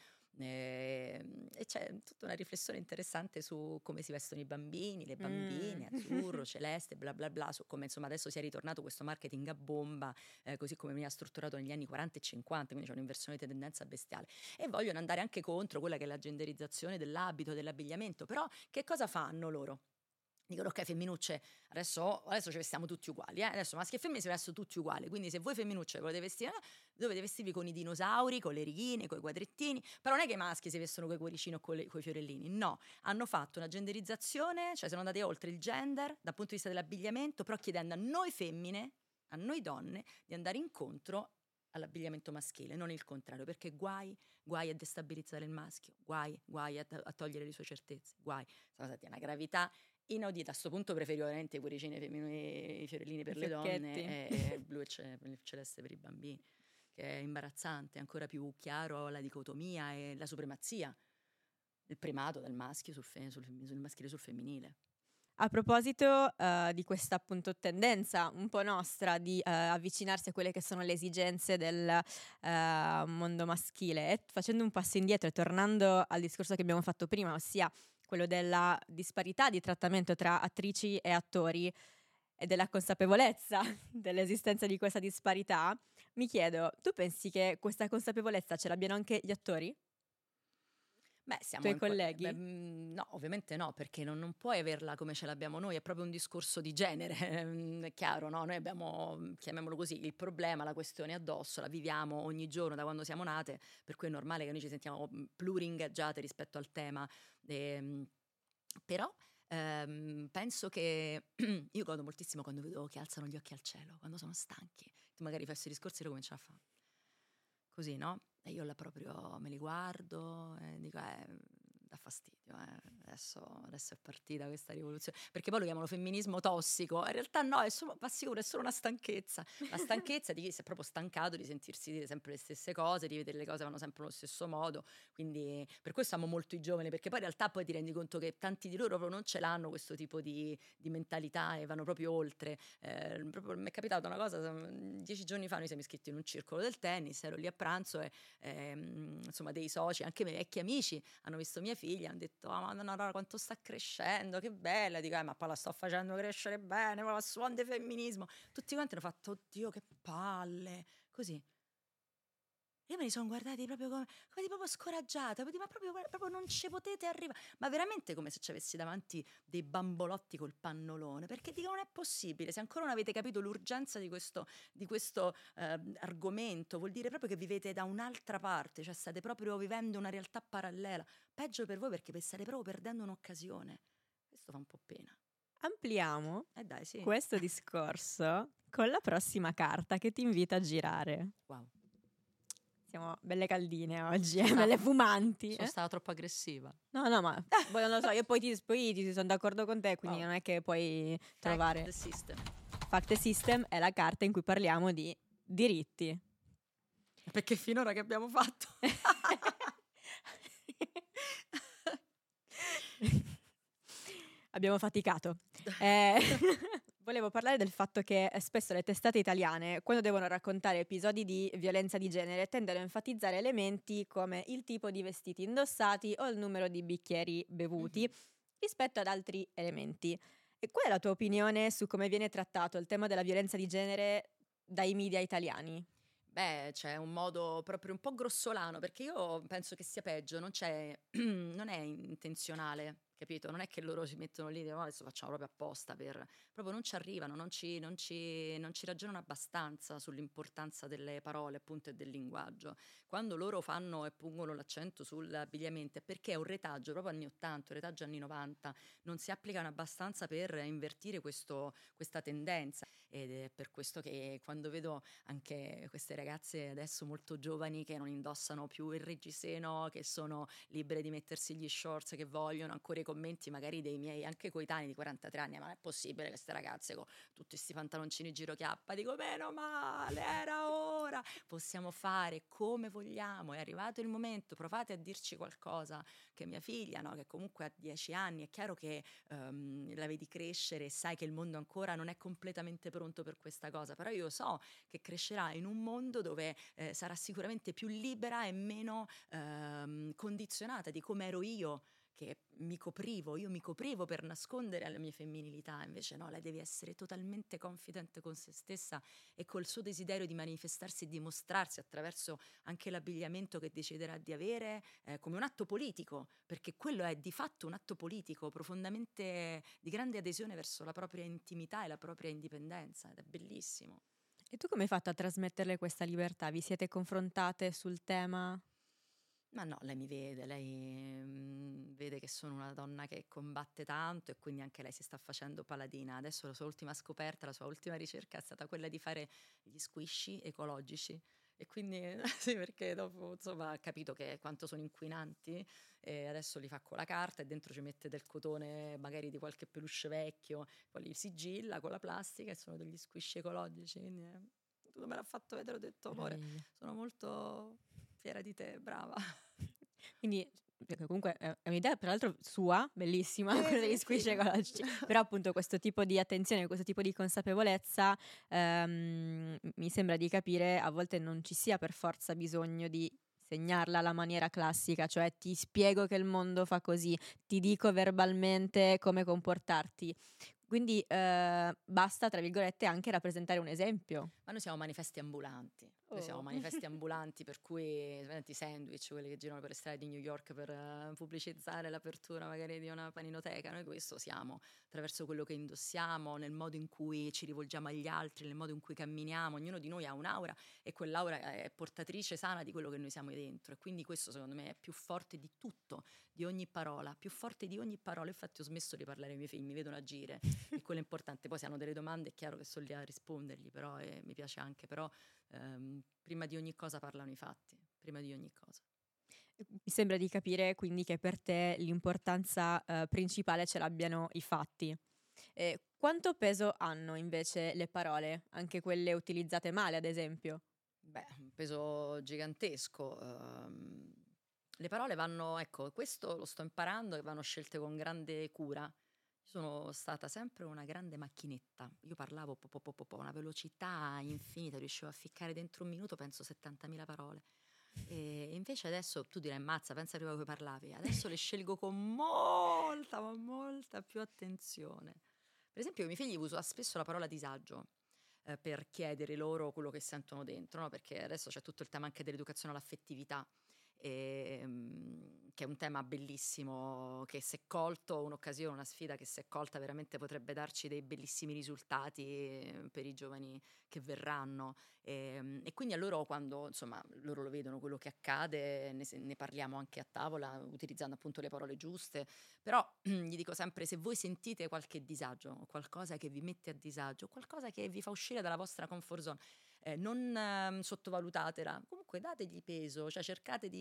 e c'è tutta una riflessione interessante su come si vestono i bambini, le bambine, azzurro, celeste, bla bla bla, su come insomma adesso sia ritornato questo marketing a bomba, così come veniva strutturato negli anni 40 e 50, quindi c'è un'inversione di tendenza bestiale. E vogliono andare anche contro quella che è la genderizzazione dell'abito, dell'abbigliamento, però che cosa fanno loro? Dicono ok femminucce, adesso ci vestiamo tutti uguali, adesso maschi e femmine si vestono tutti uguali, quindi se voi femminucce volete vestire, dovete vestirvi con i dinosauri, con le righine, con i quadrettini, però non è che i maschi si vestono con i cuoricini o con i fiorellini, no, hanno fatto una genderizzazione, cioè sono andati oltre il gender dal punto di vista dell'abbigliamento, però chiedendo a noi femmine, a noi donne, di andare incontro all'abbigliamento maschile, non il contrario, perché guai a destabilizzare il maschio, guai a togliere le sue certezze, guai, questa cosa tiene una gravità inaudita. A sto punto preferivo veramente i cuoricini femminili, i fiorellini per I le fiocchetti. donne e il blu e il celeste per i bambini, che è imbarazzante, è ancora più chiaro la dicotomia e la supremazia, il primato del maschio sul maschile sul femminile. A proposito di questa appunto tendenza un po' nostra di avvicinarsi a quelle che sono le esigenze del mondo maschile, e facendo un passo indietro e tornando al discorso che abbiamo fatto prima, ossia quello della disparità di trattamento tra attrici e attori e della consapevolezza dell'esistenza di questa disparità, mi chiedo, tu pensi che questa consapevolezza ce l'abbiano anche gli attori? Beh, siamo Tuoi colleghi? no, ovviamente no, perché non puoi averla come ce l'abbiamo noi, è proprio un discorso di genere, è chiaro, no? Noi abbiamo, chiamiamolo così, il problema, la questione addosso, la viviamo ogni giorno da quando siamo nate, per cui è normale che noi ci sentiamo pluringaggiate rispetto al tema. Però penso che io godo moltissimo quando vedo che alzano gli occhi al cielo, quando sono stanchi. Tu magari fai questi discorsi e lo cominci a fare così, no? E io là proprio me li guardo e dico, dà fastidio, adesso è partita questa rivoluzione, perché poi lo chiamano femminismo tossico, in realtà no, va sicuro, è solo una stanchezza, la stanchezza di chi si è proprio stancato di sentirsi dire sempre le stesse cose, di vedere le cose vanno sempre allo stesso modo, quindi per questo amo molto i giovani, perché poi in realtà poi ti rendi conto che tanti di loro proprio non ce l'hanno questo tipo di mentalità e vanno proprio oltre. Proprio, mi è capitata una cosa, 10 giorni fa noi siamo iscritti in un circolo del tennis, ero lì a pranzo e insomma dei soci, anche i miei vecchi amici hanno visto mia figlia, hanno detto madonna Aurora quanto sta crescendo, che bella, dico ma poi la sto facendo crescere bene, ma la suon di femminismo, tutti quanti hanno fatto oddio che palle, così. Io me li sono guardati proprio come proprio scoraggiata, ma proprio non ci potete arrivare, ma veramente come se ci avessi davanti dei bambolotti col pannolone, perché dico non è possibile, se ancora non avete capito l'urgenza di questo argomento, vuol dire proprio che vivete da un'altra parte, cioè state proprio vivendo una realtà parallela, peggio per voi perché state proprio perdendo un'occasione, questo fa un po' pena. Ampliamo Dai, sì. questo discorso con la prossima carta che ti invito a girare. Wow. Siamo belle caldine oggi, belle fumanti. Sono stata troppo aggressiva. No, ma non lo so, io poi ti sono d'accordo con te, quindi non è che puoi trovare... Fact System. Fact System è la carta in cui parliamo di diritti. Perché finora che abbiamo fatto? Abbiamo faticato. Volevo parlare del fatto che spesso le testate italiane, quando devono raccontare episodi di violenza di genere, tendono a enfatizzare elementi come il tipo di vestiti indossati o il numero di bicchieri bevuti rispetto ad altri elementi. E qual è la tua opinione su come viene trattato il tema della violenza di genere dai media italiani? Beh, c'è un modo proprio un po' grossolano, perché io penso che sia peggio, non è intenzionale, capito? Non è che loro si mettono lì e dicono adesso facciamo proprio apposta proprio non ci arrivano, non ci ragionano abbastanza sull'importanza delle parole appunto e del linguaggio. Quando loro fanno e pungono l'accento sull'abbigliamento è perché è un retaggio proprio anni 80, un retaggio anni 90, non si applicano abbastanza per invertire questa tendenza, ed è per questo che quando vedo anche queste ragazze adesso molto giovani che non indossano più il reggiseno, che sono libere di mettersi gli shorts che vogliono, ancora i commenti magari dei miei anche coetanei di 43 anni, ma non è possibile che queste ragazze con tutti questi pantaloncini girochiappa, dico meno male, era ora, possiamo fare come vogliamo, è arrivato il momento, provate a dirci qualcosa, che mia figlia, no, che comunque ha 10 anni, è chiaro che la vedi crescere e sai che il mondo ancora non è completamente pronto per questa cosa, però io so che crescerà in un mondo dove sarà sicuramente più libera e meno condizionata di come ero io, che io mi coprivo per nascondere la mia femminilità, invece no, lei deve essere totalmente confident con se stessa e col suo desiderio di manifestarsi e dimostrarsi attraverso anche l'abbigliamento che deciderà di avere, come un atto politico, perché quello è di fatto un atto politico profondamente di grande adesione verso la propria intimità e la propria indipendenza, ed è bellissimo. E tu come hai fatto a trasmetterle questa libertà? Vi siete confrontate sul tema? Ma no, lei mi vede, lei vede che sono una donna che combatte tanto e quindi anche lei si sta facendo paladina. Adesso la sua ultima scoperta, la sua ultima ricerca è stata quella di fare gli squishy ecologici. E quindi sì, perché dopo insomma ha capito che quanto sono inquinanti e adesso li fa con la carta e dentro ci mette del cotone magari di qualche peluche vecchio, poi li sigilla con la plastica e sono degli squishy ecologici. Quindi tutto me l'ha fatto vedere, ho detto amore, Meraviglia. sono molto fiera di te, brava. Quindi perché comunque è un'idea peraltro sua, bellissima, quella degli Sì, squishy sì. ecologici, però appunto questo tipo di attenzione, questo tipo di consapevolezza mi sembra di capire a volte non ci sia per forza bisogno di segnarla alla maniera classica, cioè ti spiego che il mondo fa così, ti dico verbalmente come comportarti. Quindi basta, tra virgolette, anche rappresentare un esempio. Ma noi siamo manifesti ambulanti. Noi siamo Oh. manifesti ambulanti per cui i sandwich, quelli che girano per le strade di New York per pubblicizzare l'apertura magari di una paninoteca, noi questo siamo, attraverso quello che indossiamo, nel modo in cui ci rivolgiamo agli altri, nel modo in cui camminiamo, ognuno di noi ha un'aura e quell'aura è portatrice sana di quello che noi siamo dentro e quindi questo secondo me è più forte di tutto, di ogni parola, più forte di ogni parola. Infatti ho smesso di parlare ai miei figli, mi vedono agire e quello è importante. Poi se hanno delle domande è chiaro che sono lì a rispondergli, però mi piace anche, però prima di ogni cosa parlano i fatti, prima di ogni cosa. Mi sembra di capire quindi che per te l'importanza principale ce l'abbiano i fatti. Quanto peso hanno invece le parole, anche quelle utilizzate male, ad esempio? Beh, un peso gigantesco. Le parole vanno, ecco, questo lo sto imparando, che vanno scelte con grande cura. Sono stata sempre una grande macchinetta. Io parlavo a una velocità infinita, riuscivo a ficcare dentro un minuto, penso 70.000 parole. E invece adesso tu direi, mazza, pensa prima che parlavi. Adesso le scelgo con molta, ma molta più attenzione. Per esempio, ai miei figli uso spesso la parola disagio per chiedere loro quello che sentono dentro, no? Perché adesso c'è tutto il tema anche dell'educazione all'affettività, che è un tema bellissimo, che se colto, un'occasione, una sfida che se colta veramente potrebbe darci dei bellissimi risultati per i giovani che verranno. E quindi a loro, quando insomma loro lo vedono quello che accade, ne parliamo anche a tavola utilizzando appunto le parole giuste, però gli dico sempre: se voi sentite qualche disagio o qualcosa che vi mette a disagio, qualcosa che vi fa uscire dalla vostra comfort zone, non sottovalutatela, comunque dategli peso, cioè cercate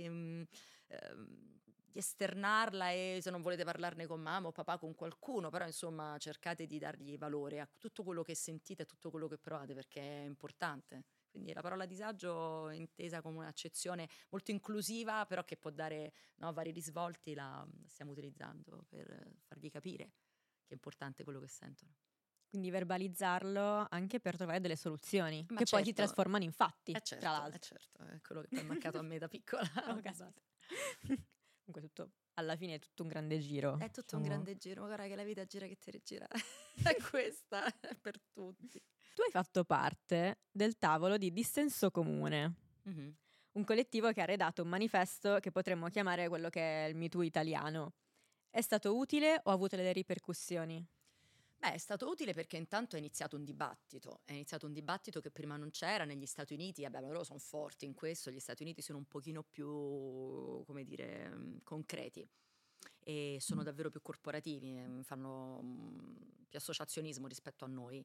di esternarla, e se non volete parlarne con mamma o papà, con qualcuno, però insomma cercate di dargli valore a tutto quello che sentite, a tutto quello che provate, perché è importante. Quindi la parola disagio intesa come un'accezione molto inclusiva, però che può dare, no, vari risvolti, la stiamo utilizzando per fargli capire che è importante quello che sentono. Quindi verbalizzarlo anche per trovare delle soluzioni, Ma che poi si certo, trasformano in fatti, certo, tra l'altro. certo, è quello che poi è mancato a me da piccola. Oh, caspita. Comunque tutto, alla fine è tutto un grande giro. È tutto un diciamo. grande giro, ma guarda che la vita gira che ti rigira. È questa, è per tutti. Tu hai fatto parte del tavolo di Dissenso Comune, Mhm. un collettivo che ha redatto un manifesto che potremmo chiamare quello che è il Me Too italiano. È stato utile o ha avuto delle ripercussioni? Beh, è stato utile perché intanto è iniziato un dibattito che prima non c'era negli Stati Uniti. Vabbè, ma loro sono forti in questo, gli Stati Uniti sono un pochino più, come dire, concreti e sono davvero più corporativi, fanno più associazionismo rispetto a noi.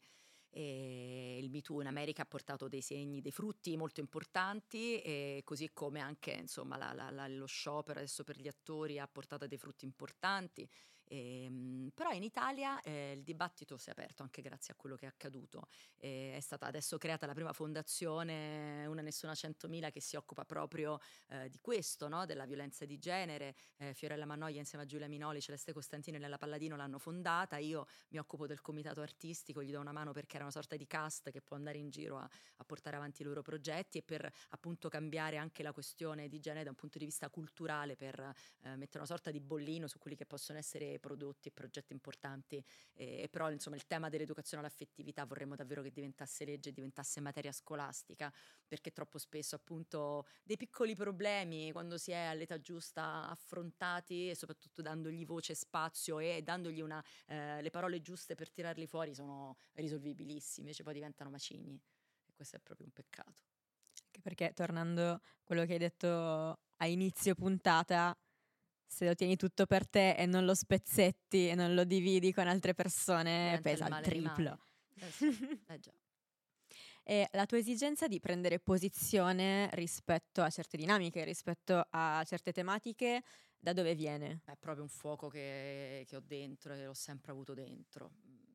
E il Me Too in America ha portato dei segni, dei frutti molto importanti, e così come anche insomma lo sciopero adesso per gli attori ha portato a dei frutti importanti. Però in Italia il dibattito si è aperto anche grazie a quello che è accaduto. È stata adesso creata la prima fondazione, Una Nessuna 100.000, che si occupa proprio di questo, no? Della violenza di genere. Fiorella Mannoia insieme a Giulia Minoli, Celeste Costantini e Nella Palladino l'hanno fondata. Io mi occupo del comitato artistico, gli do una mano perché era una sorta di cast che può andare in giro a portare avanti i loro progetti, e per appunto cambiare anche la questione di genere da un punto di vista culturale, per mettere una sorta di bollino su quelli che possono essere prodotti e progetti importanti. Però insomma il tema dell'educazione all'affettività vorremmo davvero che diventasse legge e diventasse materia scolastica, perché troppo spesso appunto dei piccoli problemi, quando si è all'età giusta, affrontati, e soprattutto dandogli voce, spazio e dandogli le parole giuste per tirarli fuori, sono risolvibilissimi, invece poi diventano macigni, e questo è proprio un peccato. Anche perché, tornando a quello che hai detto a inizio puntata, se lo tieni tutto per te e non lo spezzetti e non lo dividi con altre persone, Diventa pesa il il male triplo. rimane. Già. E la tua esigenza di prendere posizione rispetto a certe dinamiche, rispetto a certe tematiche, da dove viene? È proprio un fuoco che ho dentro e l'ho sempre avuto dentro.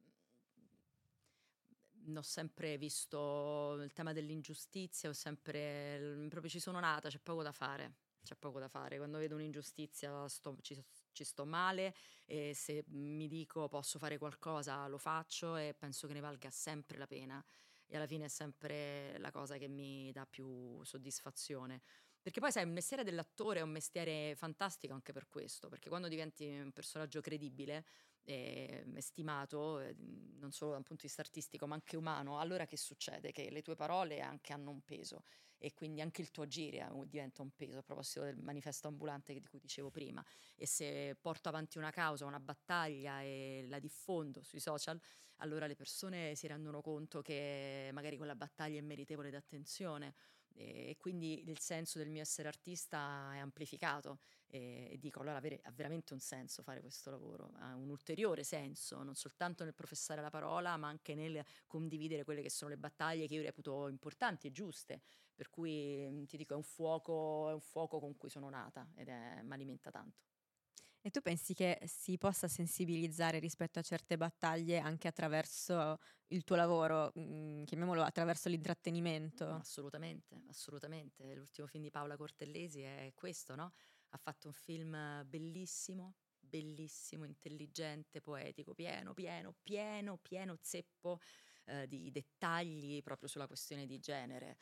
Ho sempre visto il tema dell'ingiustizia, proprio ci sono nata, c'è poco da fare. Quando vedo un'ingiustizia ci sto male, e se mi dico posso fare qualcosa lo faccio, e penso che ne valga sempre la pena, e alla fine è sempre la cosa che mi dà più soddisfazione. Perché poi sai, il mestiere dell'attore è un mestiere fantastico anche per questo, perché quando diventi un personaggio credibile e stimato, non solo da un punto di vista artistico ma anche umano, allora che succede? Che le tue parole anche hanno un peso, e quindi anche il tuo agire diventa un peso, a proposito del manifesto ambulante di cui dicevo prima. E se porto avanti una causa, una battaglia, e la diffondo sui social, allora le persone si rendono conto che magari quella battaglia è meritevole di attenzione, e quindi il senso del mio essere artista è amplificato, e dico allora ha veramente un senso fare questo lavoro, ha un ulteriore senso, non soltanto nel professare la parola ma anche nel condividere quelle che sono le battaglie che io reputo importanti e giuste, per cui ti dico è un fuoco con cui sono nata, ed mi alimenta tanto. E tu pensi che si possa sensibilizzare rispetto a certe battaglie anche attraverso il tuo lavoro, chiamiamolo attraverso l'intrattenimento? Assolutamente. L'ultimo film di Paola Cortellesi è questo, no? Ha fatto un film bellissimo, intelligente, poetico, pieno zeppo di dettagli proprio sulla questione di genere.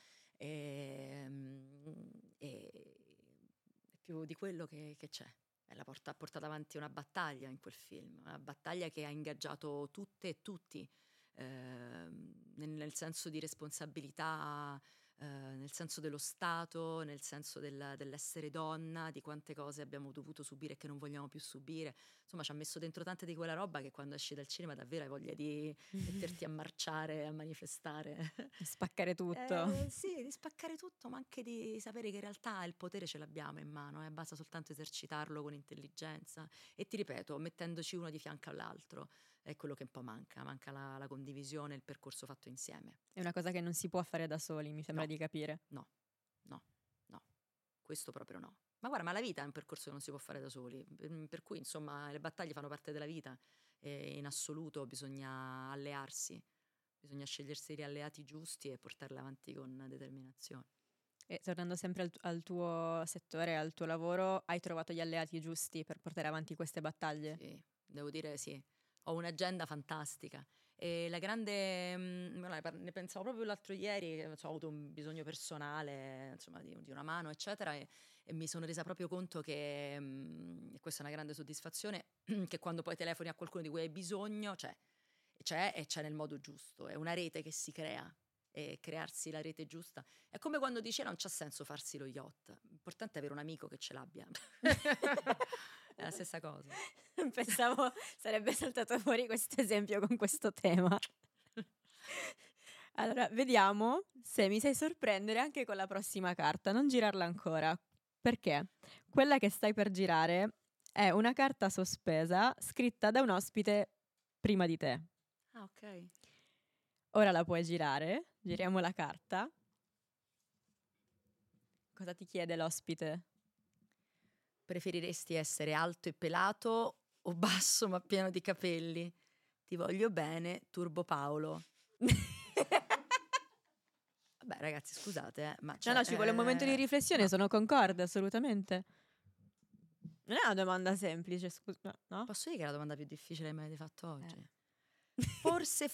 E più di quello che c'è. Ha portato avanti una battaglia in quel film, una battaglia che ha ingaggiato tutte e tutti, nel senso di responsabilità, nel senso dello Stato, nel senso dell'essere donna, di quante cose abbiamo dovuto subire e che non vogliamo più subire. Insomma, ci ha messo dentro tante di quella roba che quando esci dal cinema davvero hai voglia di metterti a marciare, a manifestare. Spaccare tutto. Sì, di spaccare tutto, ma anche di sapere che in realtà il potere ce l'abbiamo in mano, basta soltanto esercitarlo con intelligenza. E ti ripeto, mettendoci uno di fianco all'altro, è quello che un po' manca la condivisione, il percorso fatto insieme. È una cosa che non si può fare da soli, mi sembra di capire. No, questo proprio no. Ma guarda, ma la vita è un percorso che non si può fare da soli, per cui insomma le battaglie fanno parte della vita, e in assoluto bisogna allearsi, bisogna scegliersi gli alleati giusti e portarle avanti con determinazione. E tornando sempre al tuo settore, al tuo lavoro, hai trovato gli alleati giusti per portare avanti queste battaglie? Sì, devo dire sì. Ho un'agenda fantastica, e la grande ne pensavo proprio l'altro ieri, che ho avuto un bisogno personale, insomma, di una mano eccetera, e mi sono resa proprio conto che e questa è una grande soddisfazione, che quando poi telefoni a qualcuno di cui hai bisogno c'è nel modo giusto, è una rete che si crea, e crearsi la rete giusta è come quando dice non c'ha senso farsi lo yacht, l'importante è avere un amico che ce l'abbia. È la stessa cosa. Pensavo sarebbe saltato fuori questo esempio con questo tema. Allora, vediamo se mi sai sorprendere anche con la prossima carta. Non girarla ancora, perché quella che stai per girare è una carta sospesa scritta da un ospite prima di te. Ah, ok. Ora la puoi girare, giriamo la carta. Cosa ti chiede l'ospite? Preferiresti essere alto e pelato o basso ma pieno di capelli? Ti voglio bene, Turbo Paolo. Vabbè ragazzi, scusate, ma No, ci vuole un momento di riflessione, no. sono concorde, assolutamente. Non è una domanda semplice, scusa, no? Posso dire che è la domanda più difficile che mi avete fatto oggi? Forse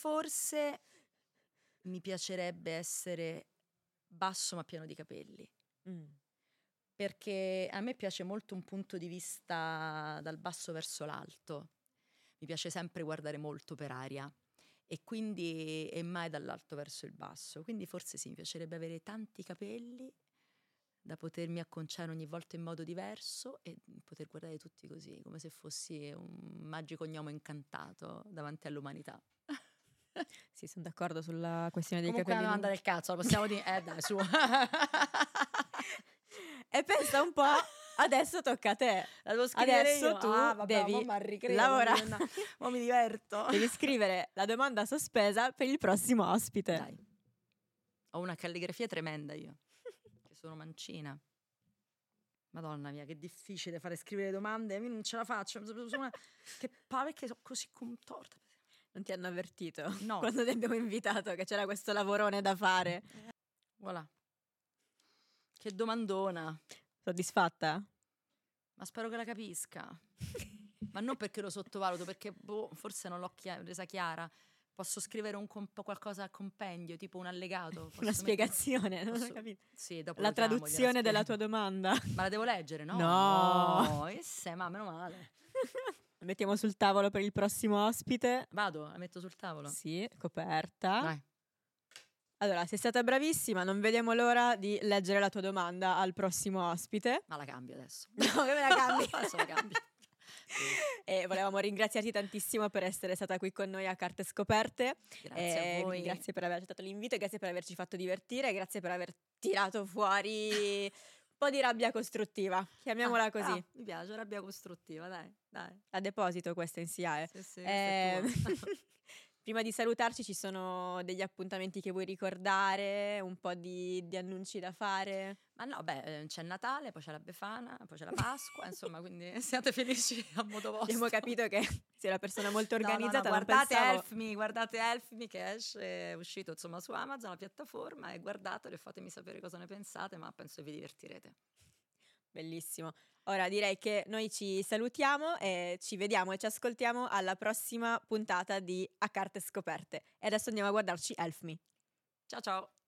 mi piacerebbe essere basso ma pieno di capelli. Perché a me piace molto un punto di vista dal basso verso l'alto. Mi piace sempre guardare molto per aria e quindi e mai dall'alto verso il basso. Quindi forse sì, mi piacerebbe avere tanti capelli da potermi acconciare ogni volta in modo diverso e poter guardare tutti così, come se fossi un magico gnomo incantato davanti all'umanità. Sì, sono d'accordo sulla questione dei Comunque è capelli una domanda del cazzo, la possiamo dire? Dai, su. E pensa un po', adesso tocca a te. La devo scrivere Adesso io? tu Vabbè, devi m'arricredo, lavorare. mi diverto. Devi scrivere la domanda sospesa per il prossimo ospite. Dai. Ho una calligrafia tremenda io, che sono mancina. Madonna mia, che difficile fare scrivere domande, io non ce la faccio. Che perché sono così contorta. Non ti hanno avvertito? No. Quando ti abbiamo invitato che c'era questo lavorone da fare. Voilà. Che domandona. Soddisfatta? Ma spero che la capisca. Ma non perché lo sottovaluto, perché forse non l'ho resa chiara. Posso scrivere qualcosa a compendio, tipo un allegato. Una spiegazione, non ho capito. Sì, dopo La traduzione della tua domanda. Ma la devo leggere, no? No. Ma meno male. La mettiamo sul tavolo per il prossimo ospite. Vado, la metto sul tavolo. Sì, coperta. Dai. Allora, sei stata bravissima, non vediamo l'ora di leggere la tua domanda al prossimo ospite. Ma la cambio adesso. No, che me la cambi? Adesso la cambio. E volevamo ringraziarti tantissimo per essere stata qui con noi a Carte Scoperte. Grazie a voi. Grazie per aver accettato l'invito, grazie per averci fatto divertire, grazie per aver tirato fuori un po' di rabbia costruttiva, chiamiamola così. Mi piace, rabbia costruttiva, dai. A deposito questa in SIAE. Sì, è tua. Prima di salutarci ci sono degli appuntamenti che vuoi ricordare, un po' di annunci da fare? Ma no, c'è Natale, poi c'è la Befana, poi c'è la Pasqua, insomma, quindi siate felici a modo vostro. Abbiamo capito che sei una persona molto organizzata. No, guardate Elfmi che è uscito insomma su Amazon, la piattaforma, e guardatelo e fatemi sapere cosa ne pensate, ma penso che vi divertirete. Bellissimo. Ora direi che noi ci salutiamo e ci vediamo e ci ascoltiamo alla prossima puntata di A Carte Scoperte. E adesso andiamo a guardarci Elf Me. Ciao ciao!